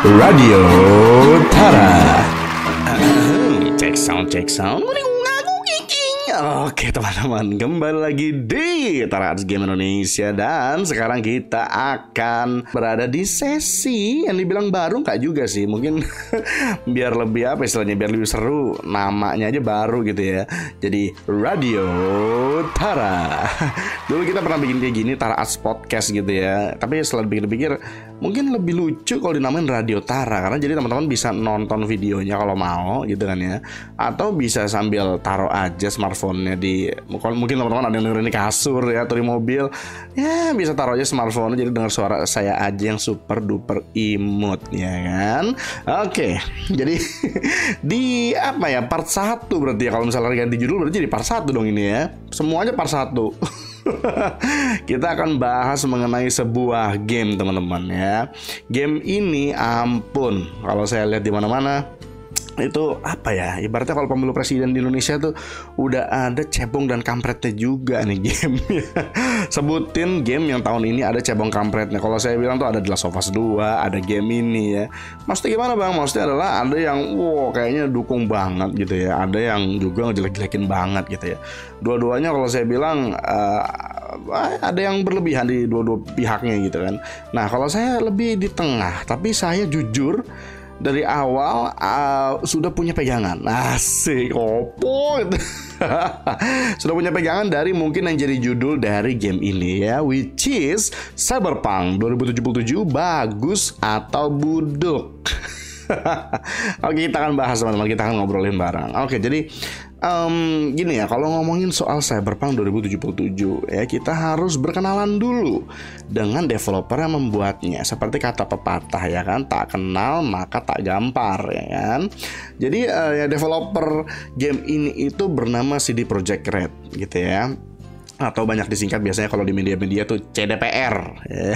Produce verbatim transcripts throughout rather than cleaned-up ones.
Radio Tara. Cek sound, cek sound. Oke teman-teman, kembali lagi di Tara Arts Game Indonesia. Dan sekarang kita akan berada di sesi yang dibilang baru, nggak juga sih. Mungkin biar lebih apa istilahnya, biar lebih seru, namanya aja baru gitu ya. Jadi Radio Tara. Dulu kita pernah bikin kayak gini, Tara Arts Podcast gitu ya. Tapi setelah pikir-pikir, mungkin lebih lucu kalau dinamain Radio Tara, karena jadi teman-teman bisa nonton videonya kalau mau gitu kan ya. Atau bisa sambil taruh aja smartphone-nya di, mungkin teman-teman ada yang dengerin di kasur ya, atau di mobil ya, bisa taruh aja smartphone, jadi dengar suara saya aja yang super duper imut ya kan. Oke, jadi di apa ya, part satu berarti ya, kalau misalnya ganti judul berarti jadi part satu dong ini ya, semuanya part satu. Kita akan bahas mengenai sebuah game teman-teman ya. Game ini ampun, kalau saya lihat di mana-mana itu apa ya, ibaratnya kalau pemilu presiden di Indonesia tuh udah ada cebong dan kampretnya juga nih game. Sebutin game yang tahun ini ada cebong kampretnya. Kalau saya bilang tuh ada The Last of Us dua, ada game ini ya. Maksudnya gimana bang? Maksudnya adalah ada yang wow kayaknya dukung banget gitu ya, ada yang juga ngejelek-jelekin banget gitu ya. Dua-duanya kalau saya bilang uh, ada yang berlebihan di dua-dua pihaknya gitu kan. Nah kalau saya lebih di tengah, tapi saya jujur dari awal uh, sudah punya pegangan. Asik, opo. Sudah punya pegangan dari mungkin yang jadi judul dari game ini ya, which is Cyberpunk dua ribu tujuh puluh tujuh, bagus atau buduk. Oke, kita akan bahas teman-teman, kita akan ngobrolin bareng. Oke, jadi um, gini ya, kalau ngomongin soal Cyberpunk dua ribu tujuh puluh tujuh ya, kita harus berkenalan dulu dengan developer yang membuatnya. Seperti kata pepatah ya kan, tak kenal maka tak gampar ya kan. Jadi uh, ya developer game ini itu bernama C D Projekt Red gitu ya, atau banyak disingkat biasanya kalau di media-media tuh C D P R ya.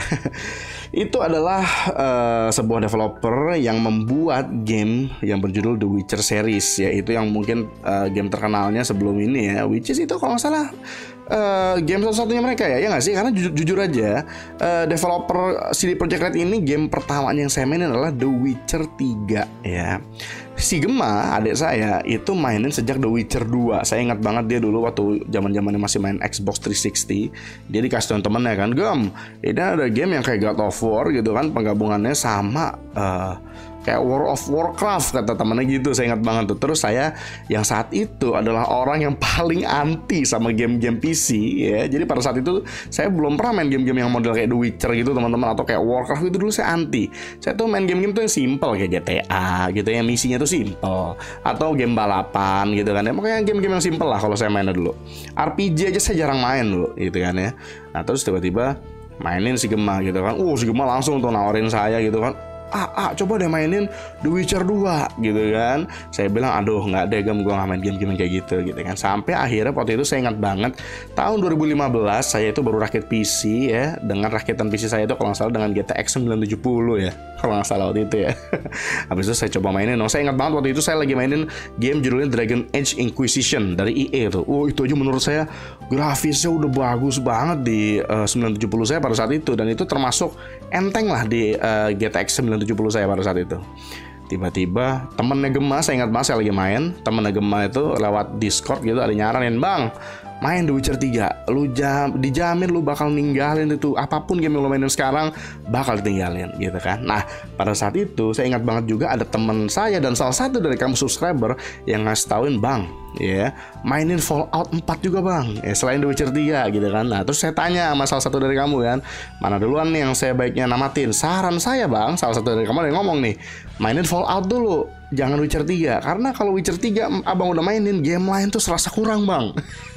Itu adalah uh, sebuah developer yang membuat game yang berjudul The Witcher series, yaitu yang mungkin uh, game terkenalnya sebelum ini ya, which is itu kalau nggak salah uh, game satu-satunya mereka ya, ya nggak sih? Karena jujur, jujur aja uh, developer C D Projekt Red ini game pertamanya yang saya mainin adalah The Witcher tiga ya. Si Gema, adik saya, itu mainin sejak The Witcher dua. Saya ingat banget dia dulu waktu zaman-zamannya masih main Xbox tiga ratus enam puluh. Dia dikasih temen-temennya kan, Gem, ini ada game yang kayak God of War gitu kan, penggabungannya sama uh, kayak World of Warcraft, kata temennya gitu. Saya ingat banget tuh. Terus saya yang saat itu adalah orang yang paling anti sama game-game P C ya. Jadi pada saat itu saya belum pernah main game-game yang model kayak The Witcher gitu teman-teman, atau kayak Warcraft itu dulu saya anti. Saya tuh main game-game tuh yang simple kayak G T A gitu, yang misinya tuh simple, atau game balapan gitu kan ya. Pokoknya game-game yang simple lah kalau saya mainnya dulu. R P G aja saya jarang main dulu gitu kan ya. Nah terus tiba-tiba mainin si Gema gitu kan. Uh si Gema langsung tuh nawarin saya gitu kan, Ah, ah, coba deh mainin The Witcher dua gitu kan. Saya bilang aduh nggak deh Gem, gue nggak main game-game kayak gitu gitu kan. Sampai akhirnya waktu itu saya ingat banget tahun dua ribu lima belas saya itu baru rakit P C ya. Dengan rakitan P C saya itu kalau nggak salah dengan G T X sembilan tujuh puluh ya, kalau nggak salah waktu itu ya. Habis itu saya coba mainin. No, saya ingat banget waktu itu saya lagi mainin game judulnya Dragon Age Inquisition dari E A tuh. Oh itu aja menurut saya grafisnya udah bagus banget di uh, sembilan tujuh puluh saya pada saat itu, dan itu termasuk enteng lah di uh, G T X sembilan tujuh puluh saya pada saat itu. Tiba-tiba temennya Gema, saya ingat banget saya lagi main, temennya Gema itu lewat Discord gitu ada nyaranin, Bang main The Witcher tiga, lu jam, dijamin lu bakal ninggalin itu, apapun game yang lu mainin sekarang bakal ditinggalin gitu kan. Nah pada saat itu saya ingat banget juga ada teman saya dan salah satu dari kamu subscriber yang ngasih tauin, Bang ya yeah, mainin Fallout empat juga bang ya, selain The Witcher tiga gitu kan. Nah terus saya tanya sama salah satu dari kamu kan, mana duluan nih yang saya baiknya namatin. Saran saya bang, salah satu dari kamu yang ngomong nih, mainin Fallout dulu, jangan Witcher tiga, karena kalau Witcher tiga abang udah mainin, game lain tuh serasa kurang bang.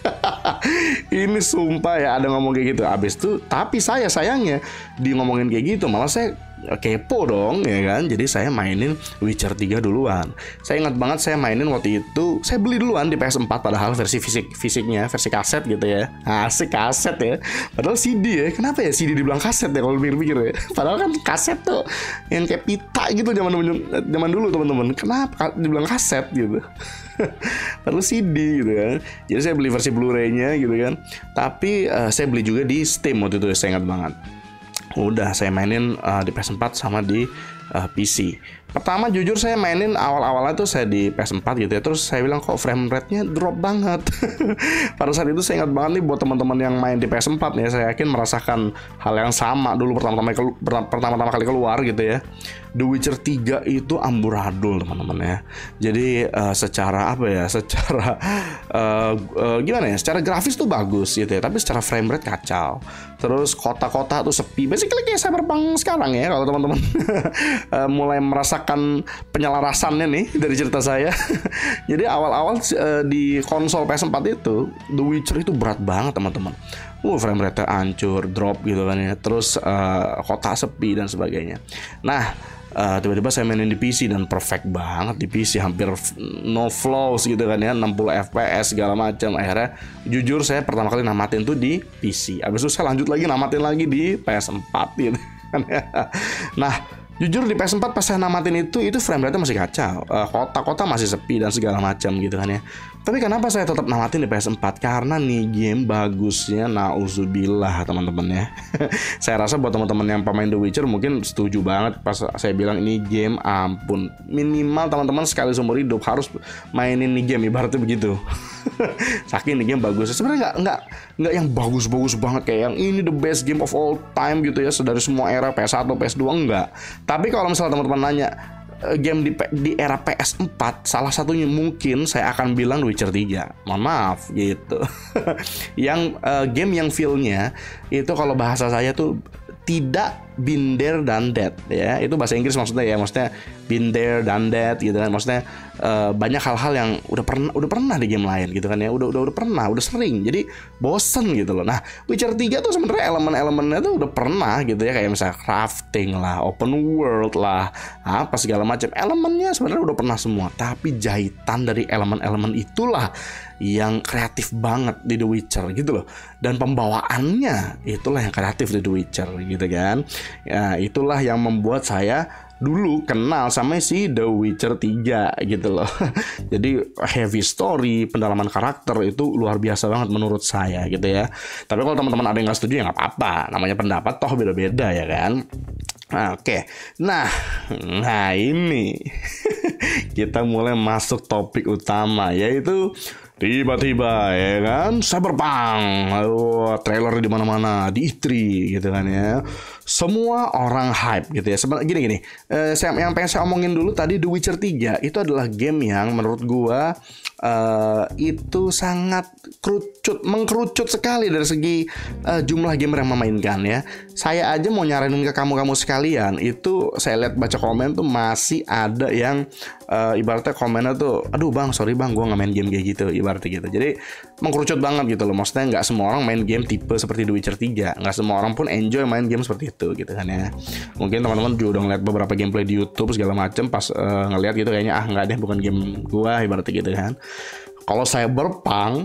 Ini sumpah ya ada ngomong kayak gitu. Abis itu tapi saya sayangnya di ngomongin kayak gitu malah saya kepo dong ya kan. Jadi saya mainin Witcher tiga duluan. Saya ingat banget saya mainin waktu itu, saya beli duluan di P S empat padahal versi fisik fisiknya versi kaset gitu ya. Asik kaset ya. Padahal C D ya. Kenapa ya C D dibilang kaset ya kalau pikir-pikir ya. Padahal kan kaset tuh yang kayak pita gitu zaman zaman dulu teman-teman. Kenapa dibilang kaset gitu? Padahal C D gitu kan. Jadi saya beli versi Blu-ray-nya gitu kan. Tapi uh, saya beli juga di Steam waktu itu, saya ingat banget. Udah saya mainin uh, di P S empat sama di uh, P C. Pertama jujur saya mainin awal-awalnya tuh saya di P S empat gitu ya. Terus saya bilang kok frame rate-nya drop banget. Pada saat itu saya ingat banget nih buat teman-teman yang main di P S empat nih, saya yakin merasakan hal yang sama dulu pertama-tama kelu- pertama-tama kali keluar gitu ya. The Witcher tiga itu amburadul teman-teman ya. Jadi uh, secara apa ya? Secara uh, uh, gimana ya? Secara grafis tuh bagus gitu ya, tapi secara frame rate kacau. Terus kota-kota tuh sepi. Basically kayak Cyberpunk sekarang ya kalau teman-teman uh, mulai merasakan penyelarasannya nih dari cerita saya. Jadi awal-awal uh, di konsol P S empat itu The Witcher itu berat banget teman-teman. Uh, frame rate hancur, drop gitu kan ya. Terus uh, kota sepi dan sebagainya. Nah, Uh, tiba-tiba saya mainin di P C dan perfect banget di P C, hampir no flaws gitu kan ya, enam puluh F P S segala macam. Akhirnya jujur saya pertama kali namatin tuh di P C. Habis itu saya lanjut lagi namatin lagi di P S empat gitu kan ya. Nah, jujur di P S empat pas saya namatin itu itu frame rate-nya masih kacau. Uh, kota-kota masih sepi dan segala macam gitu kan ya. Tapi kenapa saya tetap namatin di P S empat? Karena nih game bagusnya nauzubillah teman-teman ya. Saya rasa buat teman-teman yang pemain The Witcher mungkin setuju banget pas saya bilang ini game ampun. Minimal teman-teman sekali seumur hidup harus mainin nih game, ibaratnya begitu. Saking nih game bagusnya. Sebenarnya nggak nggak nggak yang bagus-bagus banget kayak yang ini the best game of all time gitu ya, dari semua era P S satu, P S dua enggak. Tapi kalau misalnya teman-teman nanya game di, di era P S empat, salah satunya mungkin saya akan bilang The Witcher tiga. Mohon maaf gitu. Yang uh, game yang feel-nya itu kalau bahasa saya tuh tidak been there done that ya. Itu bahasa Inggris maksudnya ya, maksudnya been there done that gitu kan. Maksudnya uh, banyak hal-hal yang udah pernah udah pernah di game lain gitu kan ya. Udah udah udah pernah, udah sering. Jadi bosen gitu loh. Nah, Witcher tiga tuh sebenarnya elemen-elemennya tuh udah pernah gitu ya, kayak misalnya crafting lah, open world lah, apa segala macam. Elemennya sebenarnya udah pernah semua, tapi jahitan dari elemen-elemen itulah yang kreatif banget di The Witcher gitu loh. Dan pembawaannya itulah yang kreatif di The Witcher gitu kan. Ya, itulah yang membuat saya dulu kenal sama si The Witcher tiga gitu loh. Jadi heavy story, pendalaman karakter itu luar biasa banget menurut saya gitu ya. Tapi kalau teman-teman ada yang nggak setuju ya nggak apa-apa. Namanya pendapat toh beda-beda ya kan. Nah, oke, okay. nah, nah ini kita mulai masuk topik utama, yaitu tiba-tiba ya kan Cyberpunk, aduh, trailer di mana-mana di E tiga gitu kan ya, semua orang hype gitu ya. Sebenarnya gini-gini, eh, saya, yang pengen saya omongin dulu tadi, The Witcher tiga itu adalah game yang menurut gua Uh, itu sangat kerucut, mengkerucut sekali dari segi uh, jumlah gamer yang memainkan ya. Saya aja mau nyaranin ke kamu-kamu sekalian, itu saya lihat baca komen tuh masih ada yang uh, ibaratnya komennya tuh, aduh bang, sorry bang, gue nggak main game kayak gitu, ibaratnya gitu. Jadi mengkerucut banget gitu loh. Maksudnya nggak semua orang main game tipe seperti The Witcher tiga, nggak semua orang pun enjoy main game seperti itu gitu kan ya. Mungkin teman-teman juga udah ngeliat beberapa gameplay di YouTube segala macem, pas uh, ngeliat gitu kayaknya ah nggak deh, bukan game gua, ibaratnya gitu kan. Kalau Cyberpunk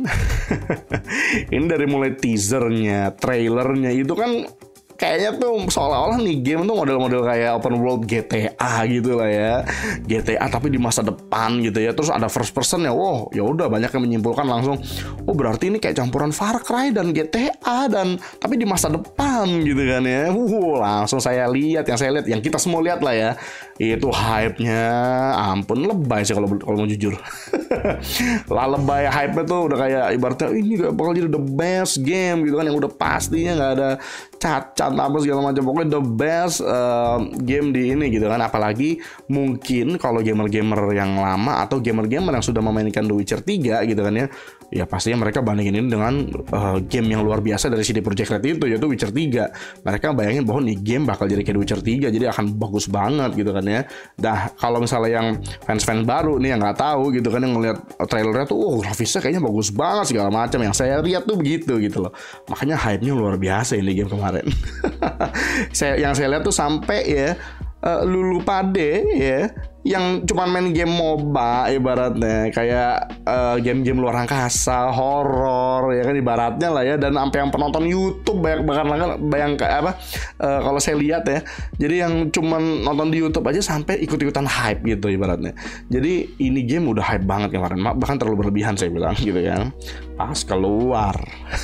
ini dari mulai teasernya, trailernya itu kan kayaknya tuh seolah-olah nih game tuh model-model kayak open world G T A gitu lah ya. G T A tapi di masa depan gitu ya. Terus ada first person ya. Wow, ya udah banyak yang menyimpulkan langsung, oh berarti ini kayak campuran Far Cry dan G T A dan tapi di masa depan gitu kan ya. Uh, langsung saya lihat, yang saya lihat, yang kita semua lihat lah ya. Itu hype-nya ampun lebay sih kalau kalau mau jujur. Lah lebay hype-nya tuh udah kayak ibaratnya ini gak bakal jadi the best game gitu kan, yang udah pastinya nggak ada cacat apa segala macam, pokoknya the best uh, game di ini gitu kan. Apalagi mungkin kalau gamer-gamer yang lama atau gamer-gamer yang sudah memainkan The Witcher tiga gitu kan ya, ya pastinya mereka bandingin ini dengan uh, game yang luar biasa dari C D Projekt Red itu, yaitu Witcher tiga. Mereka bayangin bahwa nih game bakal jadi kayak Witcher tiga, jadi akan bagus banget gitu kan ya. Nah kalau misalnya yang fans-fans baru nih yang nggak tahu gitu kan, yang ngeliat trailernya tuh, oh grafisnya kayaknya bagus banget segala macam, yang saya lihat tuh begitu gitu loh. Makanya hype-nya luar biasa ini game kemarin. saya yang saya lihat tuh sampai ya uh, lulu pade ya, yang cuma main game MOBA ibaratnya, kayak uh, game-game luar angkasa, horor ya kan ibaratnya lah ya, dan sampai yang penonton YouTube banyak banget, bayang apa uh, kalau saya lihat ya, jadi yang cuma nonton di YouTube aja sampai ikut-ikutan hype gitu ibaratnya. Jadi ini game udah hype banget kemarin, bahkan terlalu berlebihan saya bilang gitu kan. Pas keluar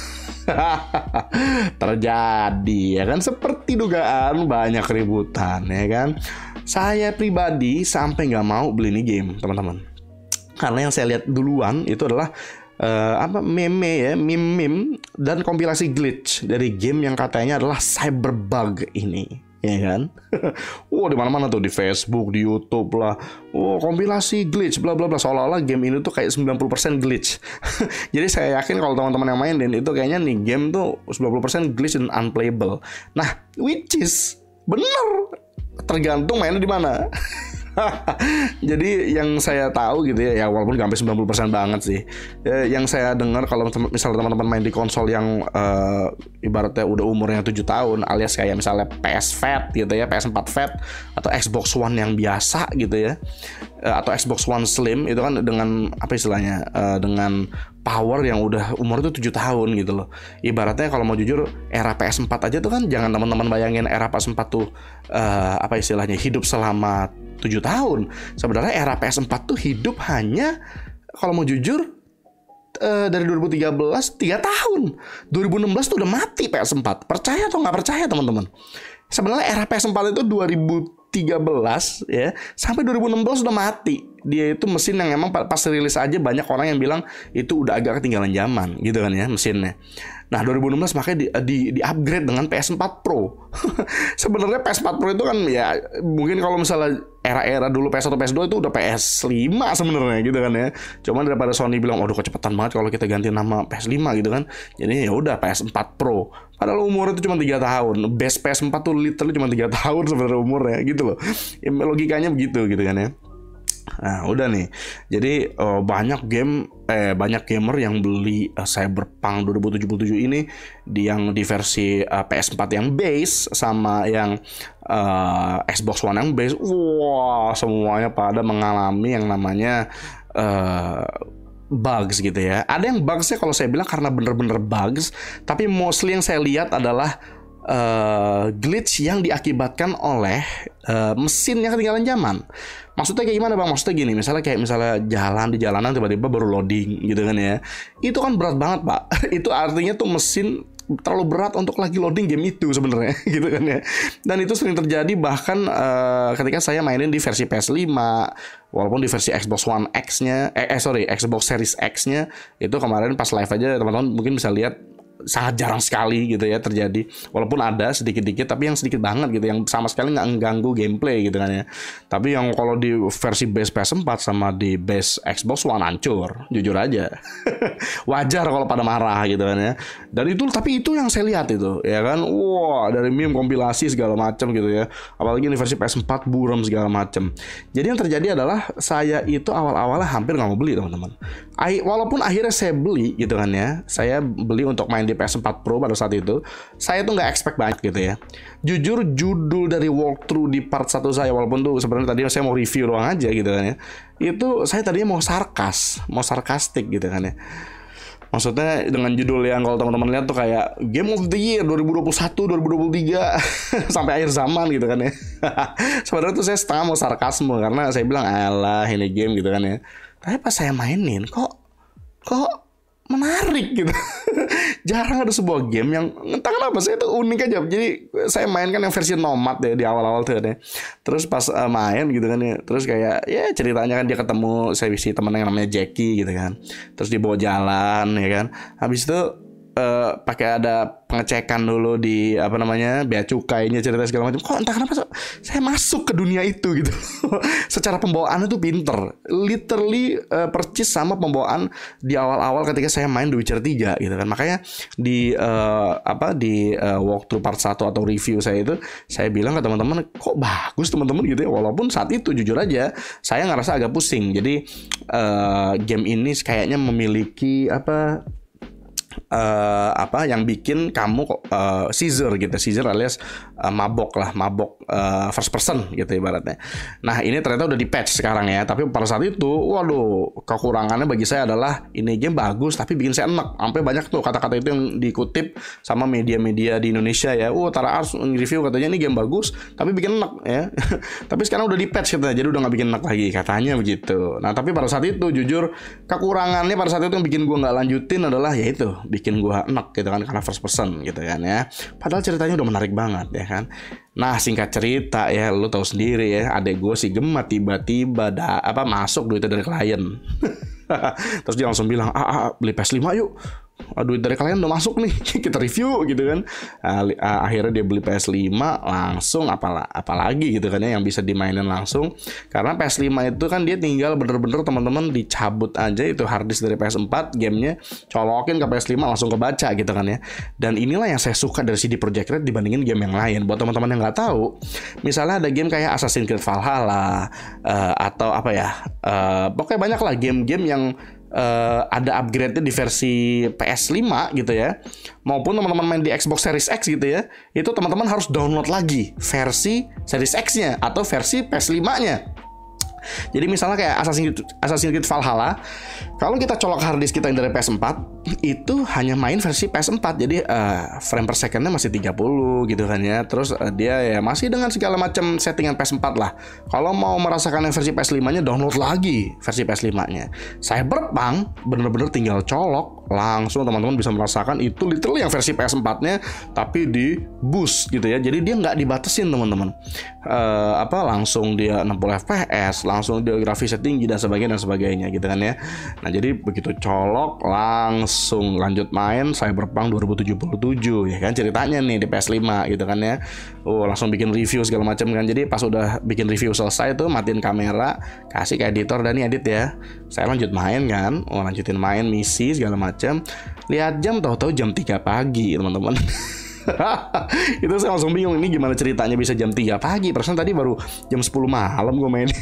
Terjadi ya kan, seperti dugaan banyak keributan ya kan. Saya pribadi sampai nggak mau beli ini game teman-teman, karena yang saya lihat duluan itu adalah uh, apa meme ya, meme-meme dan kompilasi glitch dari game yang katanya adalah Cyberbug ini. Ya kan, oh di mana-mana tuh, di Facebook, di YouTube lah, oh kompilasi glitch, bla bla bla, seolah-olah game ini tuh kayak sembilan puluh persen glitch. Jadi saya yakin kalau teman-teman yang mainin itu kayaknya nih game tuh sembilan puluh persen glitch dan unplayable. Nah, which is bener, tergantung mainnya di mana. Jadi yang saya tahu gitu ya, ya walaupun gak sampai sembilan puluh persen banget sih, ya, yang saya dengar kalau misalnya teman-teman main di konsol yang uh, ibaratnya udah umurnya tujuh tahun, alias kayak misalnya P S Fat gitu ya, P S four Fat atau Xbox One yang biasa gitu ya, uh, atau Xbox One Slim, itu kan dengan apa istilahnya, uh, dengan power yang udah umur itu tujuh tahun gitu loh. Ibaratnya kalau mau jujur, era P S four aja tuh kan, jangan teman-teman bayangin era P S four tuh uh, apa istilahnya hidup selama tujuh tahun. Sebenarnya era P S four tuh hidup hanya, kalau mau jujur, uh, dari dua ribu tiga belas tiga tahun. dua ribu enam belas tuh udah mati P S four. Percaya atau nggak percaya teman-teman? Sebenarnya era P S four itu dua ribu tiga belas ya sampai dua ribu enam belas udah mati. Dia itu mesin yang emang pas rilis aja banyak orang yang bilang itu udah agak ketinggalan zaman gitu kan ya mesinnya. Nah dua ribu enam belas makanya di, di, di upgrade dengan P S four Pro. Sebenarnya P S four Pro itu kan ya mungkin kalau misalnya era-era dulu P S one P S two itu udah P S five sebenarnya gitu kan ya. Cuman daripada Sony bilang waduh kecepatan banget kalau kita ganti nama P S five gitu kan. Jadi ya udah P S four Pro. Padahal umurnya itu cuma tiga tahun. Base P S four tuh literally cuma tiga tahun sebenarnya umurnya gitu loh. Ya, logikanya begitu gitu kan ya. Nah udah nih, jadi uh, banyak game, eh banyak gamer yang beli uh, Cyberpunk dua ribu tujuh puluh tujuh ini di yang di versi uh, P S four yang base sama yang uh, Xbox One yang base. Wah semuanya pada mengalami yang namanya uh, bugs gitu ya. Ada yang bugsnya kalau saya bilang karena bener-bener bugs, tapi mostly yang saya lihat adalah Uh, glitch yang diakibatkan oleh uh, mesin yang ketinggalan zaman. Maksudnya kayak gimana bang? Maksudnya gini, misalnya kayak misalnya jalan di jalanan tiba-tiba baru loading gitu kan ya. Itu kan berat banget pak. Itu artinya tuh mesin terlalu berat untuk lagi loading game itu sebenarnya gitu kan ya. Dan itu sering terjadi bahkan uh, ketika saya mainin di versi P S five, walaupun di versi Xbox One X-nya, eh, eh sorry Xbox Series X-nya itu kemarin pas live aja teman-teman mungkin bisa lihat sangat jarang sekali gitu ya terjadi, walaupun ada sedikit-dikit tapi yang sedikit banget gitu yang sama sekali nggak mengganggu gameplay gitu kan ya. Tapi yang kalau di versi base P S four sama di base Xbox One hancur, jujur aja. Wajar kalau pada marah gitu kan ya. Dan itu tapi itu yang saya lihat itu ya kan, wah dari meme kompilasi segala macam gitu ya, apalagi di versi P S four buram segala macam. Jadi yang terjadi adalah saya itu awal-awalnya hampir nggak mau beli teman-teman. Walaupun akhirnya saya beli gitu kan ya, saya beli untuk main di P S four Pro pada saat itu, saya tuh nggak expect banyak gitu ya. Jujur judul dari walkthrough di part satu saya, walaupun tuh sebenarnya tadi saya mau review doang aja gitu kan ya, itu saya tadinya mau sarkas, mau sarkastik gitu kan ya. Maksudnya dengan judul yang kalau teman-teman lihat tuh kayak Game of the Year dua ribu dua puluh satu dua ribu dua puluh tiga sampai akhir zaman gitu kan ya. Sebenarnya tuh saya setengah mau sarkasme karena saya bilang alah ini game gitu kan ya. Tapi pas saya mainin kok kok menarik gitu. Jarang ada sebuah game yang entah kenapa saya itu unik aja. Jadi saya mainkan yang versi Nomad ya di awal-awal tuh ya. Terus pas uh, main gitu kan ya, terus kayak ya ceritanya kan dia ketemu saya si temen yang namanya Jackie gitu kan. Terus dibawa jalan ya kan. Habis itu Uh, pakai ada pengecekan dulu di apa namanya bea cukainya, cerita segala macam. Kok entah kenapa saya masuk ke dunia itu gitu. Secara pembawaannya tuh pinter, literally uh, percis sama pembawaan di awal-awal ketika saya main The Witcher three gitu kan. Makanya di uh, apa di uh, walkthrough part satu atau review saya itu saya bilang ke teman-teman kok bagus teman-teman gitu ya. Walaupun saat itu jujur aja saya ngerasa agak pusing. Jadi uh, game ini kayaknya memiliki apa Uh, apa yang bikin kamu uh, seizure gitu, seizure alias uh, mabok lah, mabok uh, first person gitu ibaratnya. Nah ini ternyata udah di patch sekarang ya, tapi pada saat itu, waduh kekurangannya bagi saya adalah ini game bagus tapi bikin saya enek. Sampai banyak tuh kata-kata itu yang dikutip sama media-media di Indonesia ya. Oh Tara Ars review katanya ini game bagus tapi bikin enek ya. Tapi sekarang udah di patch gitu, jadi udah nggak bikin enek lagi katanya begitu. Nah tapi pada saat itu jujur kekurangannya pada saat itu yang bikin gue nggak lanjutin adalah yaitu bikin gue enak gitu kan, karena first person gitu kan ya. Padahal ceritanya udah menarik banget ya kan. Nah singkat cerita ya, lu tahu sendiri ya, adek gue si Gemma tiba-tiba da, apa masuk duitnya dari klien. Terus dia langsung bilang, ah, ah beli P S lima yuk, duit dari kalian udah masuk nih, kita review gitu kan. Nah, akhirnya dia beli P S lima langsung, apalah apalagi gitu kan ya yang bisa dimainin langsung. Karena P S lima itu kan dia tinggal bener-bener teman-teman dicabut aja itu harddisk dari P S empat, gamenya colokin ke P S lima langsung kebaca gitu kan ya. Dan inilah yang saya suka dari C D Projekt Red dibandingin game yang lain. Buat teman-teman yang nggak tahu, misalnya ada game kayak Assassin's Creed Valhalla uh, atau apa ya, uh, pokoknya banyak lah game-game yang Uh, ada upgrade-nya di versi P S lima gitu ya, maupun teman-teman main di Xbox Series X gitu ya, itu teman-teman harus download lagi versi Series X-nya atau versi P S lima-nya. Jadi misalnya kayak Assassin's Creed, Assassin's Creed Valhalla, kalau kita colok harddisk kita yang dari P S empat, itu hanya main versi P S empat. Jadi uh, frame per second-nya masih tiga puluh gitu kan ya. Terus uh, dia ya masih dengan segala macam settingan P S empat lah. Kalau mau merasakan yang versi P S lima-nya, download lagi versi P S lima-nya. Cyberpunk bener-bener tinggal colok, langsung teman-teman bisa merasakan itu literally yang versi P S empat-nya tapi di boost gitu ya. Jadi dia nggak dibatasin teman-teman. Uh, apa langsung dia enam puluh F P S, langsung dia grafisnya tinggi dan sebagainya dan sebagainya gitu kan ya. Nah jadi begitu colok langsung lanjut main Cyberpunk dua ribu tujuh puluh tujuh ya kan ceritanya nih di P S lima gitu kan ya. Oh langsung bikin review segala macam kan. Jadi pas udah bikin review selesai tuh matiin kamera, kasih ke editor dan nih edit ya. Saya lanjut main kan, oh lanjutin main misi segala macam. Lihat jam, tahu-tahu jam tiga pagi teman-teman. Itu saya langsung bingung, ini gimana ceritanya bisa jam tiga pagi, perasaan tadi baru jam sepuluh malam gue mainin.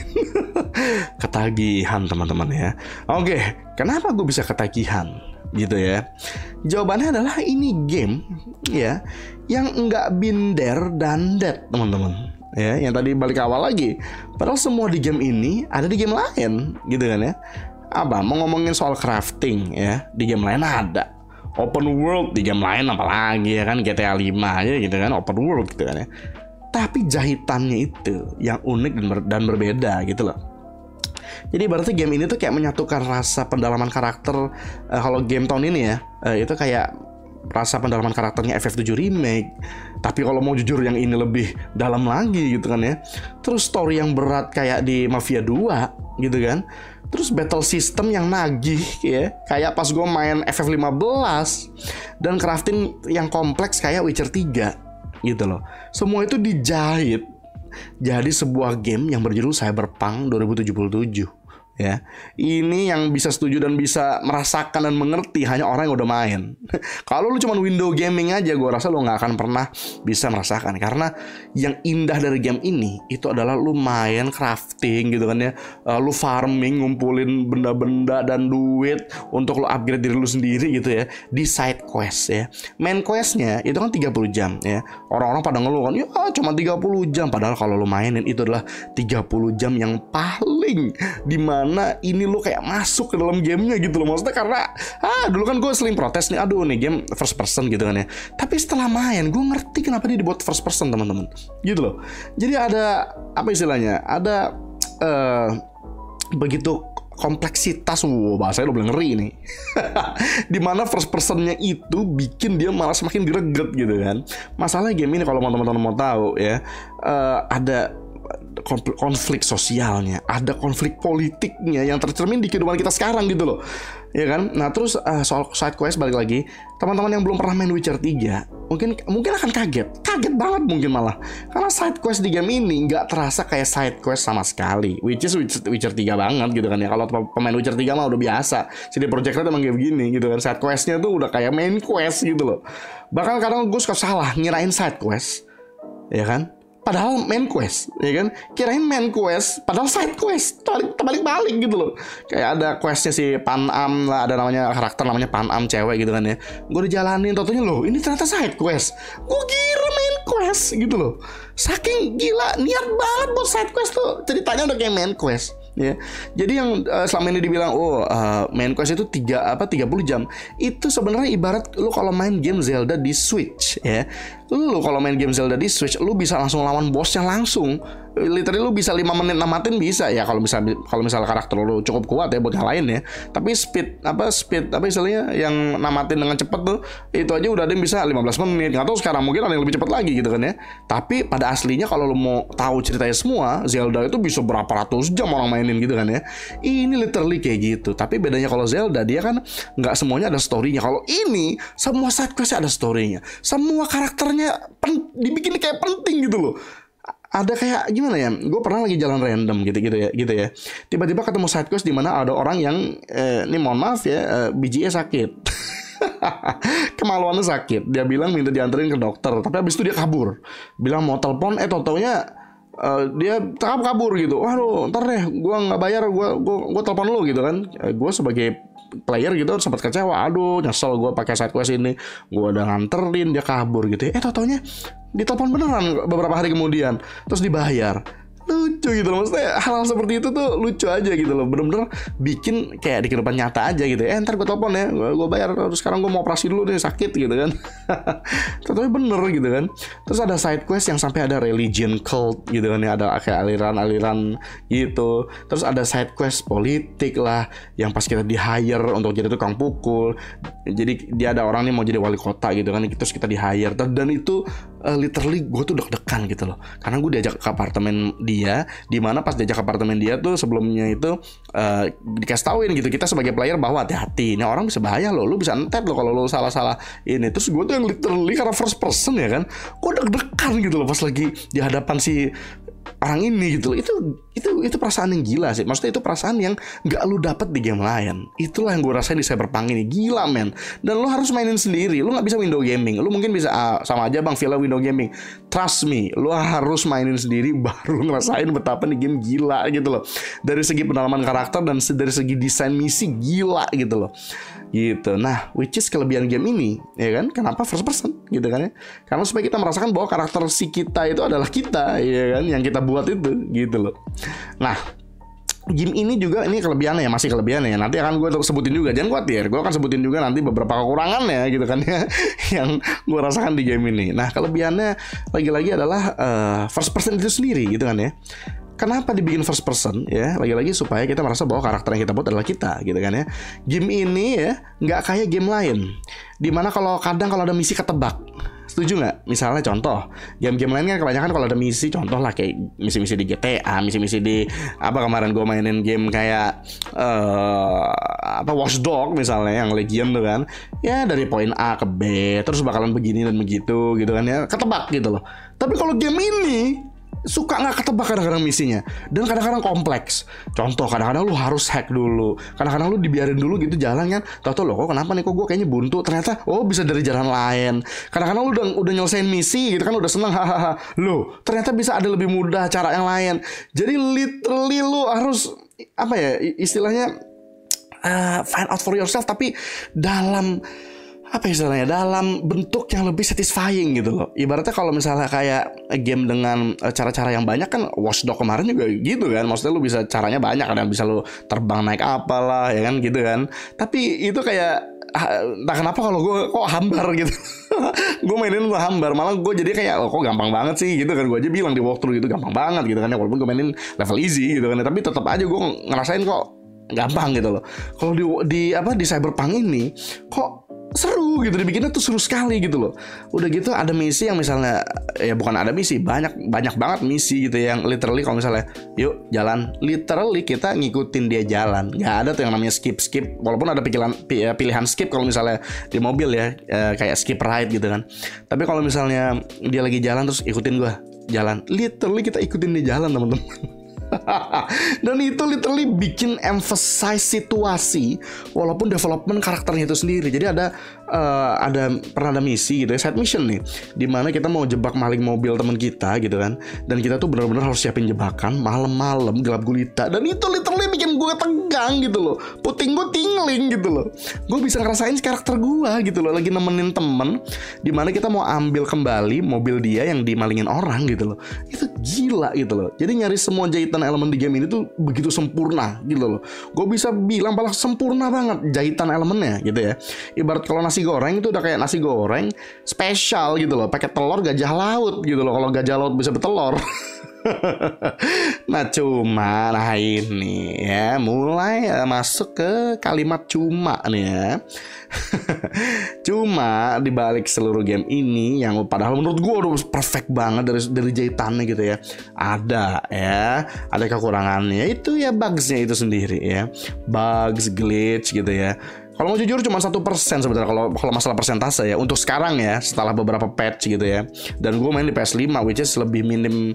Ketagihan teman-teman ya. Oke, kenapa gue bisa ketagihan gitu ya? Jawabannya adalah ini game ya yang nggak binder dan dead teman-teman ya, yang tadi balik awal lagi. Padahal semua di game ini ada di game lain gitu kan ya. Apa mau ngomongin soal crafting ya, di game lain ada. Open world di game lain apalagi ya kan, G T A lima aja gitu kan, open world gitu kan ya. Tapi jahitannya itu yang unik dan, ber, dan berbeda gitu loh. Jadi berarti game ini tuh kayak menyatukan rasa pendalaman karakter. uh, Kalau game tahun ini ya, uh, itu kayak rasa pendalaman karakternya F F tujuh Remake. Tapi kalau mau jujur yang ini lebih dalam lagi gitu kan ya. Terus story yang berat kayak di Mafia dua gitu kan. Terus battle system yang nagih ya, kayak pas gue main F F lima belas. Dan crafting yang kompleks kayak Witcher tiga gitu loh. Semua itu dijahit jadi sebuah game yang berjudul Cyberpunk dua ribu tujuh puluh tujuh ya. Ini yang bisa setuju dan bisa merasakan dan mengerti hanya orang yang udah main. Kalau lu cuma window gaming aja, gue rasa lu gak akan pernah bisa merasakan. Karena yang indah dari game ini itu adalah lu main crafting gitu kan ya, uh, lu farming, ngumpulin benda-benda dan duit untuk lu upgrade diri lu sendiri gitu ya, di side quest ya. Main questnya itu kan tiga puluh jam ya. Orang-orang pada ngeluh kan, ya cuma tiga puluh jam. Padahal kalau lu mainin itu adalah tiga puluh jam yang paling dimana Nah ini lo kayak masuk ke dalam gamenya gitu loh. Maksudnya karena ah dulu kan gue sering protes nih, aduh nih game first person gitu kan ya. Tapi setelah main gue ngerti kenapa dia dibuat first person teman-teman gitu loh. Jadi ada apa istilahnya, ada uh, begitu kompleksitas, wow bahasanya lo boleh ngeri nih. Dimana first personnya itu bikin dia malah semakin greget gitu kan. Masalah game ini kalau teman-teman mau tahu ya, uh, ada konflik sosialnya, ada konflik politiknya yang tercermin di kehidupan kita sekarang gitu loh, ya kan? Nah terus uh, soal side quest balik lagi, teman-teman yang belum pernah main Witcher tiga mungkin mungkin akan kaget, kaget banget mungkin malah, karena side quest di game ini nggak terasa kayak side quest sama sekali, which is Witcher, Witcher tiga banget gitu kan ya. Kalau pemain Witcher tiga mah udah biasa, C D Projekt Red emang kayak begini gitu kan, side questnya tuh udah kayak main quest gitu loh. Bahkan kadang gue suka salah ngirain side quest, ya kan? Padahal main quest, ya kan? Kirain main quest, padahal side quest, terbalik-balik gitu loh. Kayak ada questnya si Panam lah, ada namanya karakter namanya Panam cewek gitu kan ya. Gue dijalanin, tentunya loh, ini ternyata side quest. Gue kira main quest gitu loh. Saking gila, niat banget buat side quest tuh, ceritanya udah kayak main quest. Ya, jadi yang uh, selama ini dibilang oh uh, main quest itu tiga apa tiga puluh jam, itu sebenarnya ibarat lu kalau main game Zelda di Switch ya. Lu kalau main game Zelda di Switch, lu bisa langsung lawan bosnya langsung literally lu bisa lima menit namatin bisa ya kalau misal kalau misal karakter lu cukup kuat ya buat ngalahin ya. Tapi speed apa speed apa istilahnya yang namatin dengan cepet tuh itu aja udah ada yang bisa lima belas menit. Nggak tahu sekarang mungkin ada yang lebih cepat lagi gitu kan ya. Tapi pada aslinya kalau lu mau tahu ceritanya semua, Zelda itu bisa berapa ratus jam orang mainin gitu kan ya. Ini literally kayak gitu. Tapi bedanya kalau Zelda dia kan nggak semuanya ada storynya. Kalau ini semua side quest ada storynya. Semua karakternya pen, dibikin kayak penting gitu loh. Ada kayak gimana ya? Gue pernah lagi jalan random gitu-gitu ya, gitu ya. Tiba-tiba ketemu side quest di mana ada orang yang, eh, ini mohon maaf ya, eh, bijinya sakit, kemaluannya sakit. Dia bilang minta dianterin ke dokter, tapi habis itu dia kabur. Bilang mau telepon, eh tau-taunya uh, dia kabur gitu. Waduh, ntar deh, gue nggak bayar, gue gue gue telepon lu gitu kan. Uh, gue sebagai player gitu sempat kecewa. Aduh, nyesel gue pakai side quest ini. Gue udah nganterin, dia kabur gitu. Eh tau-taunya ditelepon beneran beberapa hari kemudian, terus dibayar. Lucu gitu loh, maksudnya hal-hal seperti itu tuh lucu aja gitu loh. Bener-bener bikin kayak di kehidupan nyata aja gitu. Eh ntar gue telepon ya, gue bayar. Sekarang gue mau operasi dulu nih, sakit gitu kan. Tapi bener gitu kan. Terus ada side quest yang sampai ada religion cult gitu kan ya. Ada kayak aliran-aliran gitu. Terus ada side quest politik lah, yang pas kita di hire untuk jadi tukang pukul. Jadi dia ada orang nih mau jadi wali kota gitu kan. Terus kita di hire. Dan itu uh, literally gue tuh deg-degan gitu loh. Karena gue diajak ke apartemen dia, dimana pas diajak ke apartemen dia tuh sebelumnya itu uh, dikasih tauin gitu kita sebagai player bahwa hati-hati, ini orang bisa bahaya loh, lu bisa entet loh kalau lu salah-salah ini. Terus gue tuh yang literally karena first person ya kan, gue deg-degan gitu loh pas lagi di hadapan si orang ini gitu loh. Itu itu itu perasaan yang gila sih. Maksudnya itu perasaan yang nggak lu dapet di game lain. Itulah yang gue rasain di Cyberpunk ini. Gila men. Dan lu harus mainin sendiri. Lu nggak bisa window gaming. Lu mungkin bisa ah, sama aja bang villa window gaming. Trust me, lu harus mainin sendiri baru ngerasain betapa nih game gila gitu loh. Dari segi pendalaman karakter dan dari segi desain misi gila gitu loh. Gitu. Nah, which is kelebihan game ini, ya kan? Kenapa first person gitu kan ya? Karena supaya kita merasakan bahwa karakter si kita itu adalah kita, ya kan? Yang kita buat itu gitu loh. Nah, game ini juga ini kelebihannya ya, masih kelebihannya ya. Nanti akan gue sebutin juga, jangan khawatir. Gue akan sebutin juga nanti beberapa kekurangannya gitu kan ya, yang gue rasakan di game ini. Nah, kelebihannya lagi-lagi adalah uh, first person itu sendiri gitu kan ya. Kenapa dibikin first person ya? Lagi-lagi supaya kita merasa bahwa karakter yang kita buat adalah kita gitu kan ya. Game ini ya nggak kayak game lain, dimana kalau kadang kalau ada misi ketebak. Setuju nggak? Misalnya contoh, game-game lain kan kebanyakan kalau ada misi, contoh lah kayak misi-misi di G T A, misi-misi di apa kemarin gue mainin game kayak uh, apa Watch Dogs misalnya yang Legion tuh kan, ya dari poin A ke B terus bakalan begini dan begitu gitu kan ya, ketebak gitu loh. Tapi kalau game ini suka nggak ketebak kadang-kadang misinya, dan kadang-kadang kompleks. Contoh, kadang-kadang lu harus hack dulu, kadang-kadang lu dibiarin dulu gitu jalan kan, tau-tau loh kok kenapa nih kok gue kayaknya buntu, ternyata oh bisa dari jalan lain. Kadang-kadang lu udah udah nyelesain misi gitu kan, udah seneng hahaha, lo ternyata bisa ada lebih mudah cara yang lain. Jadi literally lu harus apa ya istilahnya uh, find out for yourself, tapi dalam apa istilahnya, dalam bentuk yang lebih satisfying gitu loh. Ibaratnya kalau misalnya kayak game dengan cara-cara yang banyak kan, Watch Dogs kemarin juga gitu kan. Maksudnya lu bisa caranya banyak kan, bisa lu terbang naik apalah ya kan gitu kan. Tapi itu kayak entah kenapa kalau gue kok hambar gitu. Gue mainin tuh hambar, malah gue jadi kayak oh, kok gampang banget sih gitu kan. Gue aja bilang di walkthrough gitu gampang banget gitu kan ya, walaupun gue mainin level easy gitu kan ya, tapi tetap aja gue ngerasain kok gampang gitu loh. Kalau di, di apa di Cyberpunk ini kok seru gitu, dibikinnya tuh seru sekali gitu loh. Udah gitu ada misi yang misalnya ya bukan ada misi, banyak banyak banget misi gitu yang literally kalau misalnya yuk jalan, literally kita ngikutin dia jalan. Nggak ada tuh yang namanya skip skip, walaupun ada pilihan pilihan skip kalau misalnya di mobil ya, kayak skip ride gitu kan. Tapi kalau misalnya dia lagi jalan terus ikutin gua jalan, literally kita ikutin dia jalan teman-teman. Dan itu literally bikin emphasize situasi walaupun development karakternya itu sendiri. Jadi ada uh, ada pernah ada misi gitu ya, side mission nih, dimana kita mau jebak maling mobil teman kita gitu kan, dan kita tuh benar-benar harus siapin jebakan malam-malam gelap gulita, dan itu literally bikin gue tegang gitu loh, puting gue tingling gitu loh. Gue bisa ngerasain karakter gue gitu loh lagi nemenin temen, dimana kita mau ambil kembali mobil dia yang dimalingin orang gitu loh. Itu gila gitu loh. Jadi nyari semua jahitan elemen di game ini tuh begitu sempurna gitu loh. Gue bisa bilang malah sempurna banget jahitan elemennya gitu ya. Ibarat kalau nasi goreng itu udah kayak nasi goreng spesial gitu loh, pakai telur gajah laut gitu loh. Kalau gajah laut bisa bertelur Nah cuma, nah ini ya mulai uh, masuk ke kalimat cuma nih ya. Cuma dibalik seluruh game ini yang padahal menurut gue udah perfect banget dari dari jahitannya gitu ya, ada ya ada kekurangannya, itu ya bugsnya itu sendiri ya, bugs, glitch gitu ya. Kalau mau jujur cuma satu persen sebenarnya kalau kalau masalah persentase ya untuk sekarang ya, setelah beberapa patch gitu ya. Dan gue main di P S lima which is lebih minim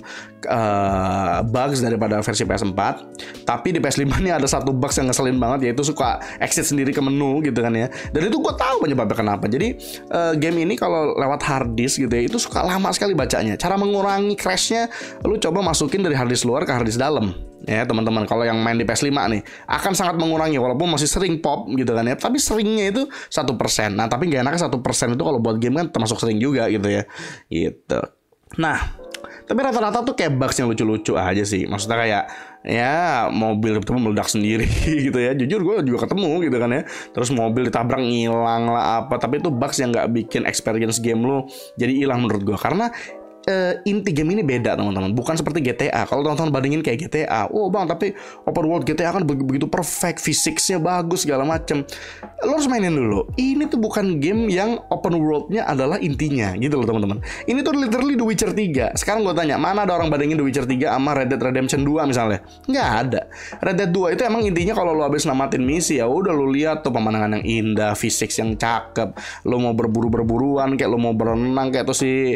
uh, bugs daripada versi P S empat. Tapi di P S lima ini ada satu bugs yang ngeselin banget, yaitu suka exit sendiri ke menu gitu kan ya. Dan itu gue tahu penyebabnya kenapa. Jadi uh, game ini kalau lewat hard disk gitu ya, itu suka lama sekali bacanya. Cara mengurangi crashnya, lu coba masukin dari hard disk luar ke hard disk dalam. Ya teman-teman, kalau yang main di P S lima nih akan sangat mengurangi, walaupun masih sering pop gitu kan ya, tapi seringnya itu satu persen. Nah tapi gak enaknya satu persen itu kalau buat game kan termasuk sering juga gitu ya, gitu. Nah tapi rata-rata tuh kayak bugs yang lucu-lucu aja sih. Maksudnya kayak ya mobil tiba-tiba meledak sendiri gitu ya. Jujur gue juga ketemu gitu kan ya. Terus mobil ditabrak ngilang lah apa. Tapi itu bugs yang gak bikin experience game lu jadi hilang menurut gue. Karena Uh, inti game ini beda teman-teman, bukan seperti G T A. Kalau teman-teman bandingin kayak G T A, oh bang tapi open world G T A kan begitu perfect, fisiknya bagus segala macem. Lo harus mainin dulu. Ini tuh bukan game yang open worldnya adalah intinya gitu loh teman-teman. Ini tuh literally The Witcher tiga. Sekarang gue tanya, mana ada orang bandingin The Witcher tiga sama Red Dead Redemption dua misalnya? Nggak ada. Red Dead dua itu emang intinya kalau lo habis namatin misi ya udah lo lihat tuh pemandangan yang indah, fisik yang cakep, lo mau berburu-berburuan kayak lo mau berenang kayak tuh si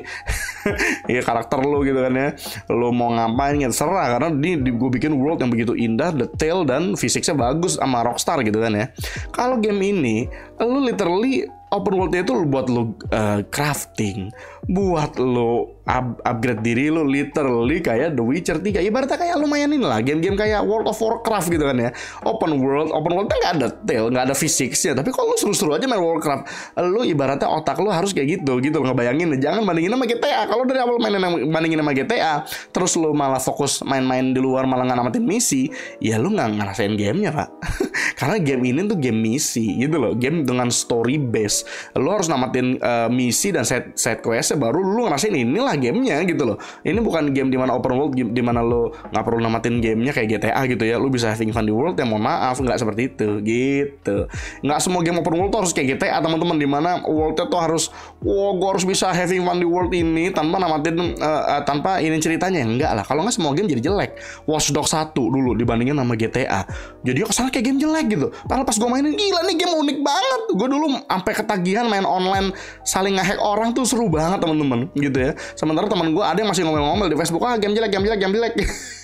ya karakter lo gitu kan ya, lo mau ngapain ya terserah, karena di, di gue bikin world yang begitu indah, detail dan fisiknya bagus sama Rockstar gitu kan ya. Kalau game ini lo literally open world-nya itu buat lo uh, crafting, buat lo up, upgrade diri lo, literally kayak The Witcher tiga. Ibaratnya kayak lo mainin lah game-game kayak World of Warcraft gitu kan ya. Open world, open world-nya nggak ada detail, nggak ada fisiknya. Tapi kalau lo seru-seru aja main Warcraft, lo ibaratnya otak lo harus kayak gitu gitu. Ngebayangin, jangan bandingin sama G T A. Kalau dari awal mainin bandingin sama G T A, terus lo malah fokus main-main di luar, malah nggak namatin misi, ya lo nggak ngerasain gamenya pak. Karena game ini tuh game misi gitu loh, game dengan story base. Lo harus namatin uh, misi dan side, side quest-nya baru lo ngerasain inilah gamenya gitu loh. Ini bukan game dimana open world, dimana lo nggak perlu namatin gamenya kayak G T A gitu ya. Lo bisa having fun di world, ya mohon maaf nggak seperti itu gitu. Nggak semua game open world tuh harus kayak G T A teman-teman, dimana worldnya tuh harus wow gue harus bisa having fun di world ini tanpa namatin uh, uh, tanpa ini ceritanya. Enggak lah, kalau nggak semua game jadi jelek. Watch Dogs satu dulu dibandingin sama G T A, jadi kesana kayak game jelek gitu. Padahal pas gue mainin, gila nih game unik banget. Gue dulu sampai ketagihan main online saling ngehack orang tuh seru banget teman-teman gitu ya. Sementara teman gue ada yang masih ngomel-ngomel di Facebook, ah game jelek, game jelek, game jelek.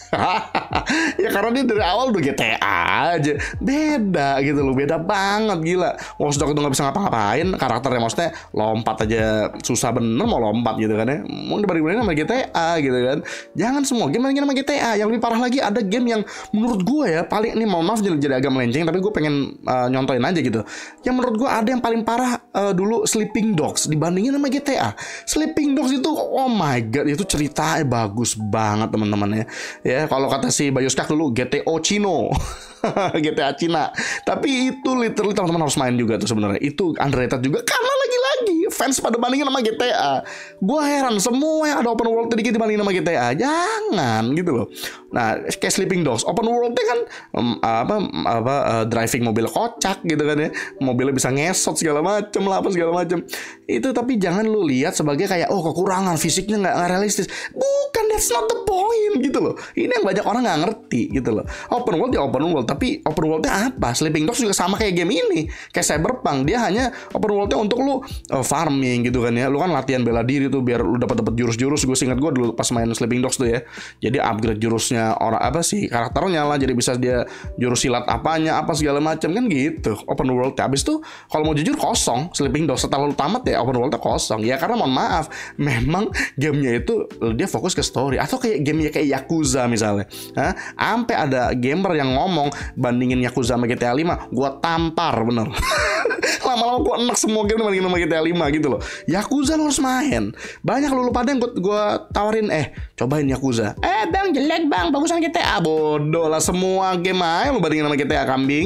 Ya karena dia dari awal udah G T A aja, beda gitu loh, beda banget gila. Watch Dogs itu nggak bisa ngapa-ngapain, karakternya maksudnya lompat aja susah bener mau lompat gitu kan ya. Mau dibanding-bandingin sama G T A gitu kan. Jangan semua game bandingin sama G T A. Yang lebih parah lagi ada game yang menurut gue ya paling, ini mohon maaf jadi, jadi agak melenceng, tapi gue pengen uh, nyontoin aja gitu. Yang menurut gue ada yang paling parah uh, dulu Sleeping Dogs dibandingin sama G T A. Sleeping Dogs itu oh my god, itu ceritanya bagus banget teman-teman ya. Ya kalau kata si Bayoskak dulu G T O Cino. G T A Cina. Tapi itu literally teman-teman harus main juga tuh sebenarnya. Itu underrated juga karena lagi-lagi fans pada bandingin sama G T A. Gue heran semua yang ada open world sedikit dibandingin sama G T A. Jangan gitu loh. Nah, kayak Sleeping Dogs, open world-nya kan um, apa apa uh, driving mobil kocak gitu kan ya. Mobilnya bisa ngesot segala macem lah, apa segala macem. Itu tapi jangan lu lihat sebagai kayak oh kekurangan fisiknya nggak realistis. Bukan, that's not the point gitu loh. Ini yang banyak orang nggak ngerti gitu loh. Open world ya open world, tapi open world-nya apa? Sleeping Dogs juga sama kayak game ini, kayak Cyberpunk. Dia hanya open world-nya untuk lu uh, farming gitu kan ya. Lu kan latihan bela diri tuh biar lu dapat dapat jurus-jurus. Gue ingat gue dulu pas main Sleeping Dogs tuh ya. Jadi upgrade jurusnya orang apa sih karakternya lah, jadi bisa dia jurus silat apanya apa segala macam kan gitu. Open world habis tuh kalau mau jujur kosong Sleeping Dogs setelah lu tamat ya open worldnya kosong ya, karena mohon maaf memang gamenya itu dia fokus ke story. Atau kayak gamenya kayak Yakuza misalnya, Hah? Sampai ada gamer yang ngomong bandingin Yakuza sama G T A lima, gua tampar bener. Lama-lama gue enak semua game dibandingin sama G T A lima gitu loh. Yakuza lo harus main. Banyak lu pada yang gue tawarin, eh cobain Yakuza. Eh bang jelek bang, bagusan G T A. Bodoh lah, semua game aja lu bandingin sama G T A kambing.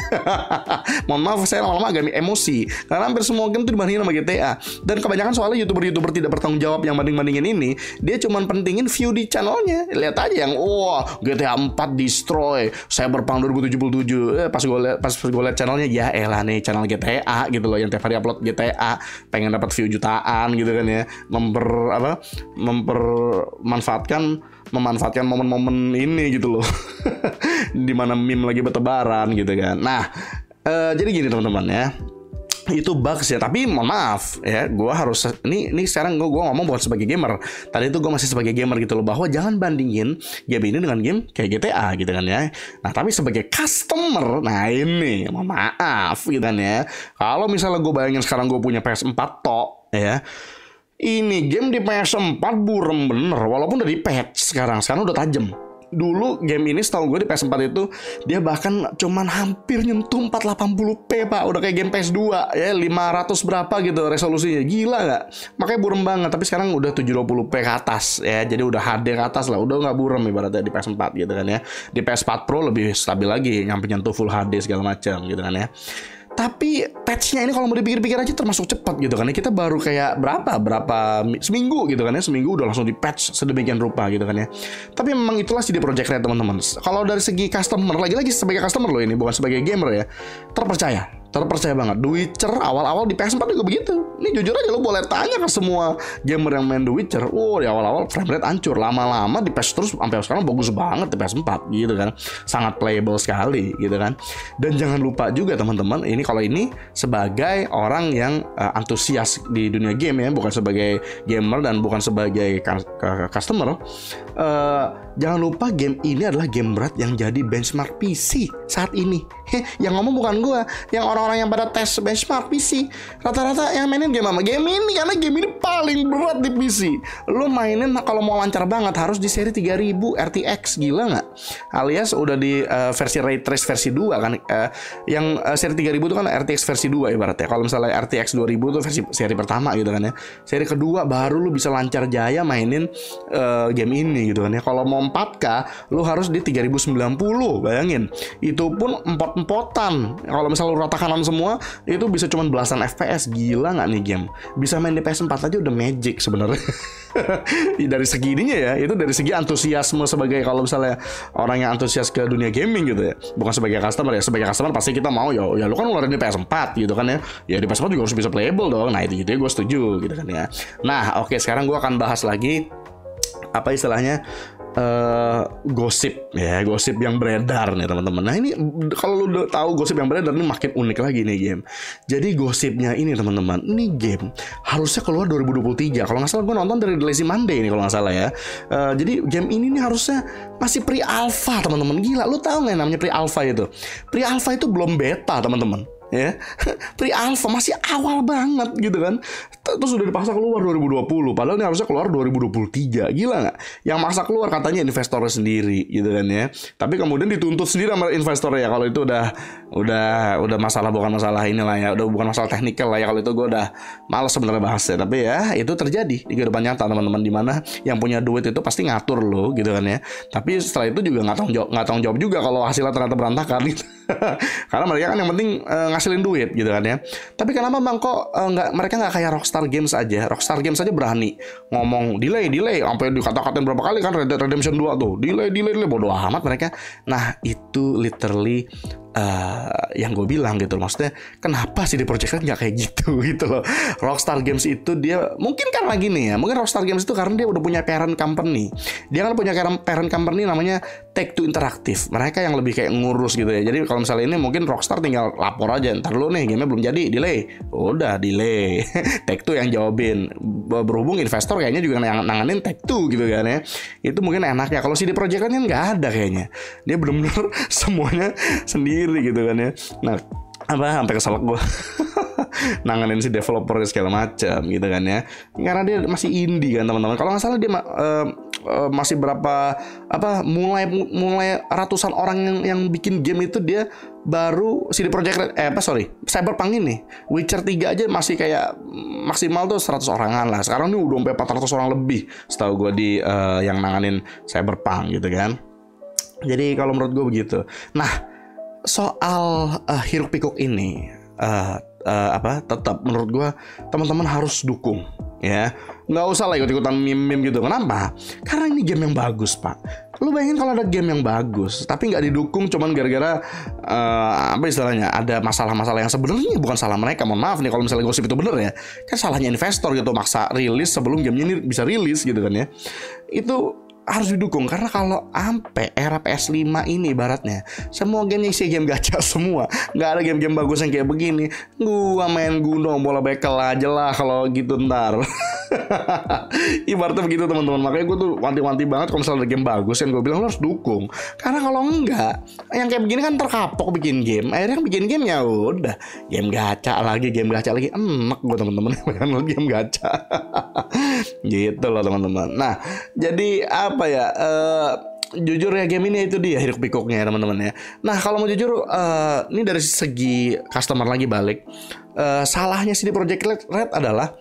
Mohon maaf, saya lama-lama agak emosi karena hampir semua game tuh dibandingin sama G T A. Dan kebanyakan soalnya youtuber-youtuber tidak bertanggung jawab yang banding-bandingin ini, dia cuman pentingin view di channelnya. Lihat aja yang wah G T A empat destroy, Cyberpunk dua ribu tujuh puluh tujuh. Eh, pas gue liat, pas gue liat channelnya, ya elah nih channel G T A gitu loh, yang tiap hari upload G T A, pengen dapat view jutaan gitu kan ya, memper apa mempermanfaatkan memanfaatkan momen-momen ini gitu loh. Dimana meme lagi bertebaran gitu kan. Nah, uh, jadi gini teman-teman ya, itu bugs ya, tapi mohon maaf ya, gue harus ini ini sekarang gue gue ngomong bukan sebagai gamer, tadi itu gue masih sebagai gamer gitu loh, bahwa jangan bandingin game ini dengan game kayak G T A gitu kan ya. Nah tapi sebagai customer, nah ini mohon maaf gitu kan ya, kalau misalnya gue bayangin sekarang gue punya P S empat tok ya, ini game di P S empat burem bener, walaupun udah di patch sekarang, sekarang udah tajam. Dulu game ini setahu gue di P S empat itu dia bahkan cuman hampir nyentuh empat delapan puluh p pak, udah kayak game P S dua ya, lima ratus berapa gitu resolusinya, gila nggak? Makanya burem banget. Tapi sekarang udah tujuh ratus dua puluh p ke atas ya, jadi udah H D ke atas lah, udah nggak burem ibaratnya di P S empat gitu kan ya. Di P S empat Pro lebih stabil lagi, nyampe nyentuh Full H D segala macam gitu kan ya. Tapi patchnya ini kalau mau dipikir-pikir aja termasuk cepat gitu kan ya. Kita baru kayak berapa berapa seminggu gitu kan ya, seminggu udah langsung di patch sedemikian rupa gitu kan ya. Tapi memang itulah C D Projekt Red teman-teman. Kalau dari segi customer, lagi-lagi sebagai customer loh ini, bukan sebagai gamer ya, terpercaya. Terpercaya banget. The Witcher awal-awal di P S empat juga begitu. Ini jujur aja lo boleh tanya ke semua gamer yang main The Witcher. Oh di awal-awal frame rate hancur. Lama-lama di patch terus sampai sekarang bagus banget di P S empat gitu kan. Sangat playable sekali gitu kan. Dan jangan lupa juga teman-teman, ini kalau ini sebagai orang yang uh, antusias di dunia game ya, bukan sebagai gamer dan bukan sebagai customer. Uh, jangan lupa game ini adalah game berat yang jadi benchmark P C saat ini. Heh, yang ngomong bukan gua, yang orang-orang yang pada tes benchmark P C rata-rata yang mainin game apa? Game ini, karena game ini paling berat di P C. Lu mainin kalau mau lancar banget harus di seri tiga ribu R T X, gila nggak? Alias udah di uh, versi ray trace versi dua kan, uh, yang uh, seri tiga ribu itu kan R T X versi dua ibaratnya. Kalau misalnya R T X dua ribu itu versi seri pertama gitu kan ya. Seri kedua baru lu bisa lancar jaya mainin uh, game ini gitu kan ya. Kalau mau empat K lu harus di tiga ribu sembilan puluh, bayangin. Itu pun empot-empotan. Kalau misalnya lu rata kanan semua itu bisa cuman belasan F P S. Gila nggak nih game? Bisa main di P S empat aja udah magic sebenarnya. Dari segi ininya ya, itu dari segi antusiasme sebagai kalau misalnya orang yang antusias ke dunia gaming gitu ya, bukan sebagai customer ya. Sebagai customer pasti kita mau ya, ya lu kan ngeluarin di P S empat gitu kan ya, ya di P S empat juga harus bisa playable dong. Nah itu gitu ya, gue setuju gitu kan ya. Nah oke, sekarang gue akan bahas lagi apa istilahnya Uh, gosip ya, gosip yang beredar nih teman-teman. Nah ini kalau lu udah tahu gosip yang beredar ini makin unik lagi nih game. Jadi gosipnya ini teman-teman, ini game harusnya keluar dua ribu dua puluh tiga. Kalau nggak salah gue nonton dari The Lazy Monday nih kalau nggak salah ya. Uh, jadi game ini nih harusnya masih pre-alpha teman-teman. Gila, lu tahu nggak namanya pre-alpha itu? Pre-alpha itu belum beta teman-teman. Ya, pre-alpha masih awal banget gitu kan. Terus sudah dipaksa keluar dua ribu dua puluh, padahal ini harusnya keluar dua ribu dua puluh tiga. Gila nggak? Yang maksa keluar katanya investornya sendiri gitu kan ya. Tapi kemudian dituntut sendiri sama investornya ya. Kalau itu udah udah udah masalah, bukan masalah inilah ya, udah bukan masalah teknikal lah ya. Kalau itu gue udah males sebenarnya bahasnya. Tapi ya itu terjadi di kehidupan nyata teman-teman, di mana yang punya duit itu pasti ngatur loh gitu kan ya. Tapi setelah itu juga nggak tanggung jawab, nggak tanggung jawab juga kalau hasilnya ternyata berantakan gitu. Karena mereka kan yang penting uh, ngasilin duit gitu kan ya. Tapi kenapa bang kok uh, nggak mereka nggak kayak Rockstar Games aja? Rockstar Games aja berani ngomong delay delay sampai dikata-katain berapa kali kan, Red Dead Redemption dua tuh delay delay delay, bodoh amat mereka. Nah itu literally uh, yang gue bilang gitu, maksudnya kenapa sih di Project Red nggak kayak gitu gitu loh. Rockstar Games itu dia mungkin karena gini ya, mungkin Rockstar Games itu karena dia udah punya parent company. Dia kan punya parent company namanya Take-Two Interactive. Mereka yang lebih kayak ngurus gitu ya. Jadi kalau misalnya ini mungkin Rockstar tinggal lapor aja, ntar lu nih gamenya belum jadi, delay, udah delay. Take-Two yang jawabin. Berhubung investor kayaknya juga yang nanganin Take-Two gitu kan ya. Itu mungkin enaknya. Kalau si di Project Red kan nggak ada kayaknya. Dia benar-benar semuanya sendiri gitu kan ya. Nah apa sampai keselak gue nanganin si developer segala macam gitu kan ya, karena dia masih indie kan teman-teman. Kalau nggak salah dia uh, uh, masih berapa apa mulai mulai ratusan orang yang yang bikin game itu dia baru si di Project Red, eh apa sorry Cyberpunk ini, Witcher tiga aja masih kayak maksimal tuh seratus orangan lah. Sekarang ini udah sampai empat ratus orang lebih setahu gue di uh, yang nanganin Cyberpunk gitu kan. Jadi kalau menurut gue begitu. Nah soal uh, hiruk pikuk ini uh, uh, apa tetap menurut gue teman-teman harus dukung ya. Nggak usah lah ikut-ikutan meme-meme gitu. Kenapa? Karena ini game yang bagus, Pak. Lu bayangin kalau ada game yang bagus tapi nggak didukung cuman gara-gara uh, apa istilahnya ada masalah-masalah yang sebenarnya bukan salah mereka. Mohon maaf nih kalau misalnya gosip itu bener ya, kan salahnya investor gitu, maksa rilis sebelum gamenya ini bisa rilis gitu kan ya. Itu harus didukung, karena kalau ampe era P S lima ini ibaratnya semua game isi game gacha semua, nggak ada game-game bagus yang kayak begini. Gua main gunung bola bekel aja lah kalau gitu ntar. Ibaratnya begitu teman-teman. Makanya gue tuh wanti-wanti banget kalau misalnya ada game bagus yang gue bilang lo harus dukung, karena kalau enggak yang kayak begini kan terkapok bikin game, akhirnya bikin game ya udah game gacha lagi game gacha lagi enak gue teman-teman. Game gacha. Gitu loh teman-teman. Nah jadi apa ya, uh, jujur ya game ini itu dia hiruk pikuknya ya teman-teman ya. Nah kalau mau jujur uh, ini dari segi customer lagi balik, uh, salahnya C D Projekt Red adalah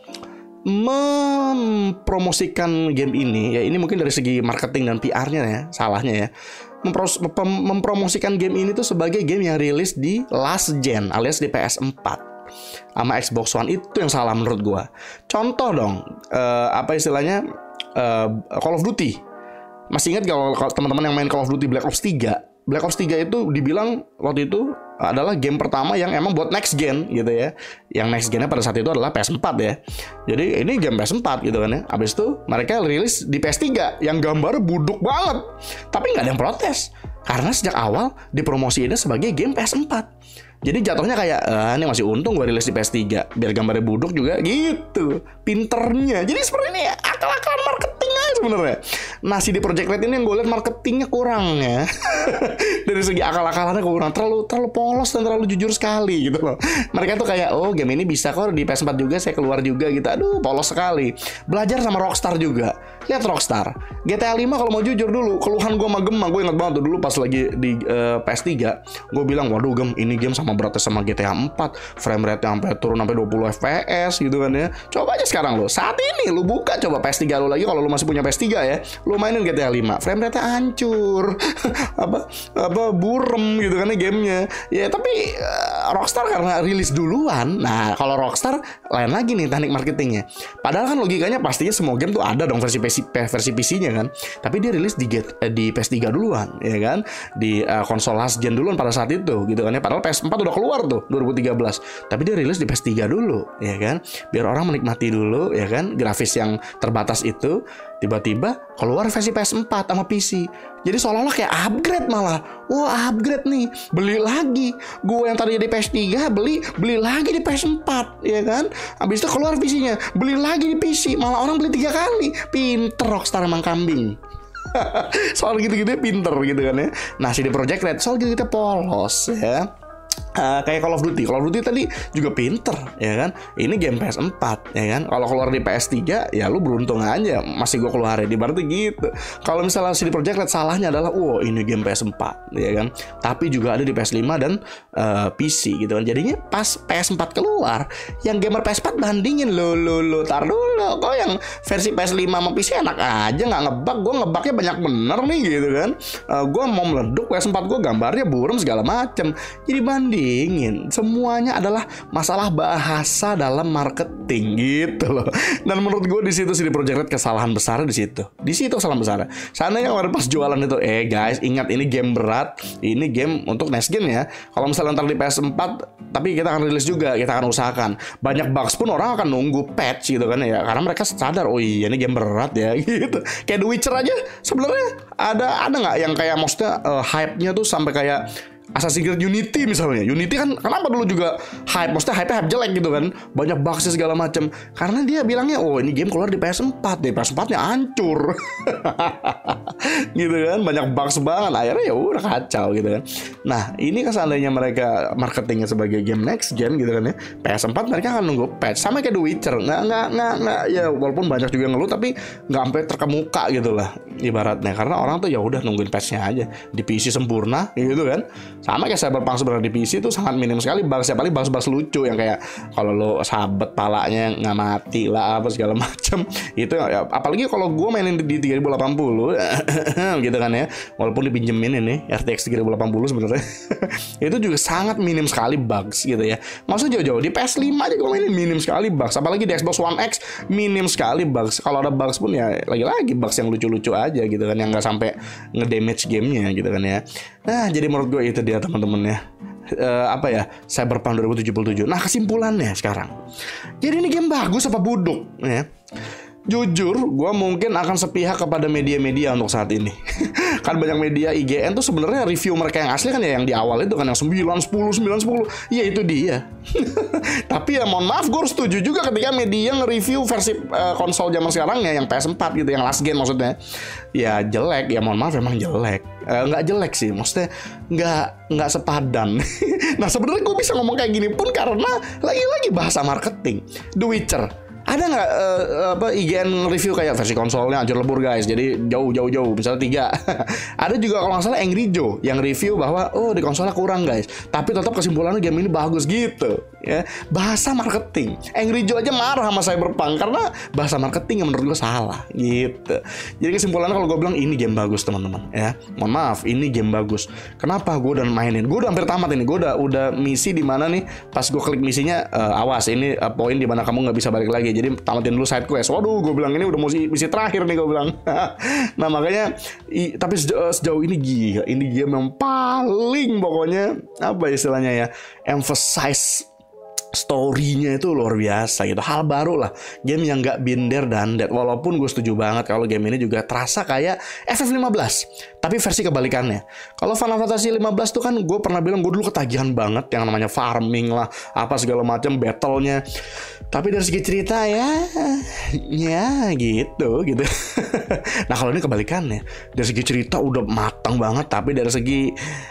mempromosikan game ini ya. Ini mungkin dari segi marketing dan P R-nya ya salahnya ya. Mempros- mem- mempromosikan game ini tuh sebagai game yang rilis di last gen alias di P S empat sama Xbox One. Itu yang salah menurut gua. Contoh dong uh, apa istilahnya uh, Call of Duty. Masih ingat kalau teman-teman yang main Call of Duty Black Ops tiga? Black Ops tiga itu dibilang waktu itu adalah game pertama yang emang buat next gen gitu ya. Yang next gennya pada saat itu adalah P S empat ya. Jadi ini game P S empat gitu kan ya. Habis itu mereka rilis di P S tiga yang gambar buduk banget. Tapi nggak ada yang protes, karena sejak awal dipromosiinnya sebagai game P S empat. Jadi jatuhnya kayak, ah, ini masih untung gue rilis di P S tiga biar gambarnya buduk juga gitu. Pinternya. Jadi seperti ini ya, akal-akalan marketing aja sebenarnya. Nah C D Projekt Red ini yang gue lihat marketingnya kurang ya. Dari segi akal-akalannya kurang, terlalu terlalu polos dan terlalu jujur sekali gitu loh. Mereka tuh kayak, oh game ini bisa kok di P S empat juga, saya keluar juga gitu. Aduh polos sekali. Belajar sama Rockstar juga. Lihat Rockstar G T A lima kalau mau jujur dulu, keluhan gue sama Gem, gue ingat banget tuh dulu pas lagi di uh, P S tiga, gue bilang waduh Gem ini game sama beratnya sama G T A empat, frame rate yang sampai turun sampai dua puluh F P S gitu kan ya. Coba aja sekarang lo, saat ini lo buka coba P S tiga lo lagi, kalau lo masih punya P S tiga ya, lo mainin G T A lima, frame rate-nya hancur. apa apa burem gitu kan ya gamenya. Ya tapi uh, Rockstar karena rilis duluan. Nah kalau Rockstar lain lagi nih teknik marketingnya. Padahal kan logikanya pastinya semua game tuh ada dong versi P C, versi P C-nya kan. Tapi dia rilis di get, eh, di P S tiga duluan ya kan, di uh, konsol last gen duluan pada saat itu gitu kan ya. Padahal P S empat udah keluar tuh dua ribu tiga belas, tapi dia rilis di P S tiga dulu ya kan, biar orang menikmati dulu ya kan grafis yang terbatas itu. Tiba-tiba keluar versi P S empat sama P C. Jadi seolah-olah kayak upgrade malah. Wah upgrade nih, beli lagi. Gue yang tadinya di P S tiga beli beli lagi di P S empat ya kan. Habis itu keluar P C-nya, beli lagi di P C. Malah orang beli tiga kali. Pinter Rockstar emang kambing. Soal gitu-gitu pinter gitu kan ya. Nah C D Projekt Red soal gitu-gitu polos ya. Uh, kayak Call of Duty, Call of Duty tadi juga pinter ya kan. Ini game P S empat ya kan. Kalau keluar di P S tiga ya lu beruntung aja masih gue keluarin. Ibaratnya gitu. Kalau misalnya C D Projekt Red salahnya adalah wow ini game P S empat ya kan, tapi juga ada di P S lima dan uh, P C gitu kan. Jadinya pas P S empat keluar, yang gamer P S empat bandingin lo lo lo tar dulu. Kok yang versi P S lima sama P C enak aja nggak ngebug, gue ngebugnya banyak bener nih gitu kan. Uh, gue mau meleduk P S empat gue gambarnya buram segala macem. Jadi banding ingin semuanya adalah masalah bahasa dalam marketing gitu loh. Dan menurut gue di situ C D Projekt Red kesalahan besar di situ. Di situ kesalahan besar. Seandainya kemarin pas jualan itu, eh guys ingat ini game berat, ini game untuk next gen ya. Kalau misalnya ntar di P S empat, tapi kita akan rilis juga, kita akan usahakan. Banyak bugs pun orang akan nunggu patch gitu kan ya, karena mereka sadar oh iya ini game berat ya gitu. Kayak The Witcher aja sebenarnya ada ada nggak yang kayak maksudnya uh, hype-nya tuh sampai kayak Assassin's Creed Unity misalnya. Unity kan kenapa dulu juga hype, maksudnya hype hype jelek gitu kan, banyak bugsnya segala macam, karena dia bilangnya oh ini game keluar di P S empat deh, P S empat-nya hancur. Gitu kan, banyak bugs banget, akhirnya ya udah kacau gitu kan. Nah ini kan seandainya mereka marketingnya sebagai game next gen gitu kan ya, P S empat mereka akan nunggu patch, sama kayak The Witcher, nggak nggak nggak nggak ya walaupun banyak juga ngeluh tapi nggak sampai terkemuka gitu lah ibaratnya, karena orang tuh ya udah nungguin patchnya aja di P C sempurna gitu kan. Sama kayak Cyberpunk sebenarnya di P C itu sangat minim sekali bugs, ya paling bugs-bugs lucu yang kayak kalau lo sabet palanya nggak mati lah apa segala macam. Itu ya, apalagi kalau gue mainin di tiga ribu delapan puluh gitu kan ya, walaupun dipinjemin ini R T X tiga ribu delapan puluh sebenarnya itu juga sangat minim sekali bugs gitu ya. Nggak usah jauh-jauh, di P S lima aja gue mainin minim sekali bugs, apalagi di Xbox One X minim sekali bugs. Kalau ada bugs pun ya lagi-lagi bugs yang lucu-lucu aja gitu kan, yang nggak sampai ngedamage gamenya gitu kan ya. Nah jadi menurut gue itu dia teman-teman ya, uh, apa ya, Cyberpunk dua ribu tujuh puluh tujuh. Nah kesimpulannya sekarang, jadi ini game bagus apa buduk ya? Jujur, gue mungkin akan sepihak kepada media-media untuk saat ini. Kan banyak media I G N tuh sebenarnya review mereka yang asli kan ya yang di awal itu kan yang sembilan, sepuluh, sembilan, sepuluh. Ya itu dia. Tapi ya mohon maaf, gue harus setuju juga ketika media nge-review versi uh, konsol zaman sekarang ya, yang P S empat gitu, yang last gen maksudnya. Ya jelek, ya mohon maaf memang jelek. Uh, nggak jelek sih, maksudnya nggak nggak sepadan. Nah sebenarnya gue bisa ngomong kayak gini pun karena lagi-lagi bahasa marketing. The Witcher. Ada nggak uh, apa I G N review kayak versi konsolnya hancur lebur guys, jadi jauh jauh jauh misalnya tiga. Ada juga kalau nggak salah Angry Joe yang review bahwa oh di konsolnya kurang guys, tapi tetap kesimpulannya game ini bagus gitu ya. Bahasa marketing. Angry Joe aja marah sama Cyberpunk karena bahasa marketing yang menurut gue salah gitu. Jadi kesimpulannya kalau gue bilang ini game bagus teman-teman ya, mohon maaf ini game bagus. Kenapa gue udah mainin, gue udah hampir tamat ini, gue udah udah misi di mana nih, pas gue klik misinya uh, awas ini uh, poin di mana kamu nggak bisa balik lagi. Jadi tamatin dulu side quest. Waduh, gue bilang ini udah misi, misi terakhir nih gue bilang. Nah makanya, i, tapi sejauh, sejauh ini gila, ini game yang paling pokoknya apa istilahnya ya, emphasize story-nya itu luar biasa gitu. Hal baru lah, game yang gak binder dan dead. Walaupun gue setuju banget kalau game ini juga terasa kayak F F lima belas, tapi versi kebalikannya. Kalau Final Fantasy lima belas tuh kan gue pernah bilang gue dulu ketagihan banget yang namanya farming lah, apa segala macam battle-nya. Tapi dari segi cerita ya, ya gitu gitu. Nah kalau ini kebalikannya, dari segi cerita udah matang banget, tapi dari segi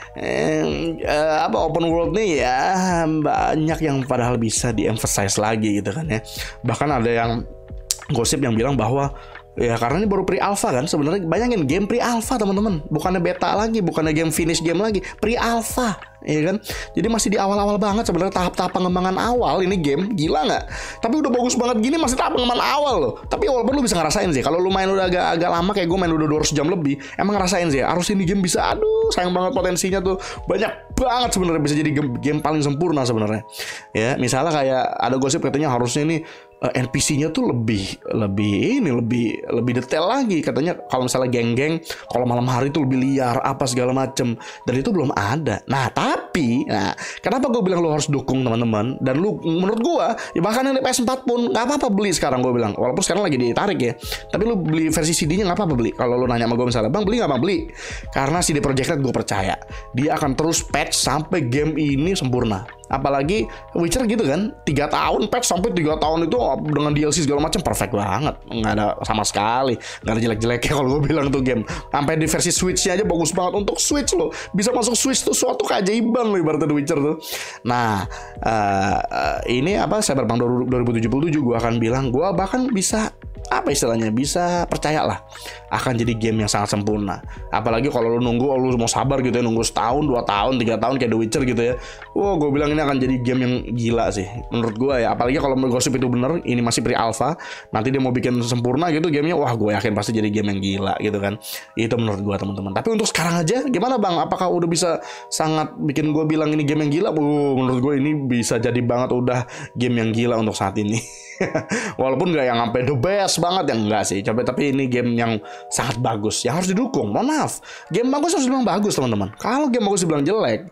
eh, eh, apa open world nih ya banyak yang padahal bisa di-emphasize lagi gitu kan ya. Bahkan ada yang gosip yang bilang bahwa ya karena ini baru pre-alpha kan, sebenarnya bayangin game pre-alpha teman-teman, bukannya beta lagi, bukannya game finish game lagi, pre-alpha. Iya kan, jadi masih di awal-awal banget sebenarnya, tahap-tahap pengembangan awal ini game, gila nggak? Tapi udah bagus banget gini masih tahap pengembangan awal loh. Tapi walaupun lu bisa ngerasain sih, kalau lu main udah agak agak lama kayak gue main udah dua ratus jam lebih, emang ngerasain sih, harus ini game bisa, aduh sayang banget potensinya tuh banyak banget sebenarnya, bisa jadi game, game paling sempurna sebenarnya. Ya misalnya kayak ada gosip katanya harusnya ini N P C-nya tuh lebih lebih ini lebih lebih detail lagi katanya, kalau misalnya geng-geng kalau malam hari tuh lebih liar apa segala macem, dan itu belum ada. Nah tapi nah kenapa gue bilang lo harus dukung teman-teman, dan lu menurut gue ya bahkan yang di P S empat pun nggak apa-apa beli sekarang, gue bilang walaupun sekarang lagi ditarik ya, tapi lu beli versi C D-nya nggak apa-apa beli. Kalau lu nanya sama gue misalnya bang beli nggak bang, beli, karena C D Projekt Red gue percaya dia akan terus patch sampai game ini sempurna. Apalagi Witcher gitu kan, tiga tahun patch sampai tiga tahun itu dengan D L C segala macam perfect banget, nggak ada sama sekali, nggak ada jelek-jeleknya kalau gue bilang tuh game. Sampai di versi Switch-nya aja bagus banget, untuk Switch loh, bisa masuk Switch tuh suatu keajaiban loh ibaratnya The Witcher tuh. Nah uh, uh, ini apa Cyberpunk dua ribu tujuh puluh tujuh gue akan bilang, gue bahkan bisa apa istilahnya, bisa percayalah akan jadi game yang sangat sempurna. Apalagi kalau lu nunggu, oh, lu mau sabar gitu ya, nunggu setahun, dua tahun, tiga tahun kayak The Witcher gitu ya. Wow, gue bilang ini akan jadi game yang gila sih menurut gue ya. Apalagi kalau gosip itu bener, ini masih pre-alpha, nanti dia mau bikin sempurna gitu gamenya, wah gue yakin pasti jadi game yang gila gitu kan. Itu menurut gue teman-teman. Tapi untuk sekarang aja gimana bang? Apakah udah bisa sangat bikin gue bilang ini game yang gila? Uh, menurut gue ini bisa jadi banget udah game yang gila untuk saat ini. Walaupun gak yang sampai the best banget, yang enggak sih. Coba, tapi ini game yang sangat bagus, yang harus didukung. Mohon maaf, game bagus harus dibilang bagus teman-teman. Kalau game bagus dibilang jelek,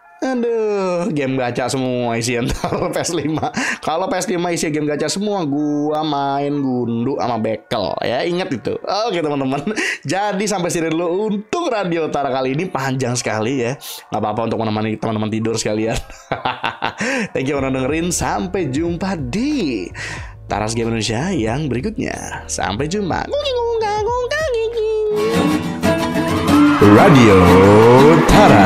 aduh, game gacha semua isi ntar P S lima. Kalau P S lima isi game gacha semua, gua main gundu sama bekel ya, ingat itu. Oke teman-teman, jadi sampai sini dulu untuk Radio Tara kali ini, panjang sekali ya. Gak apa-apa untuk menemani teman-teman tidur sekalian. Thank you udah dengerin, sampai jumpa di Taras Game Indonesia yang berikutnya. Sampai jumpa. Radio Tara.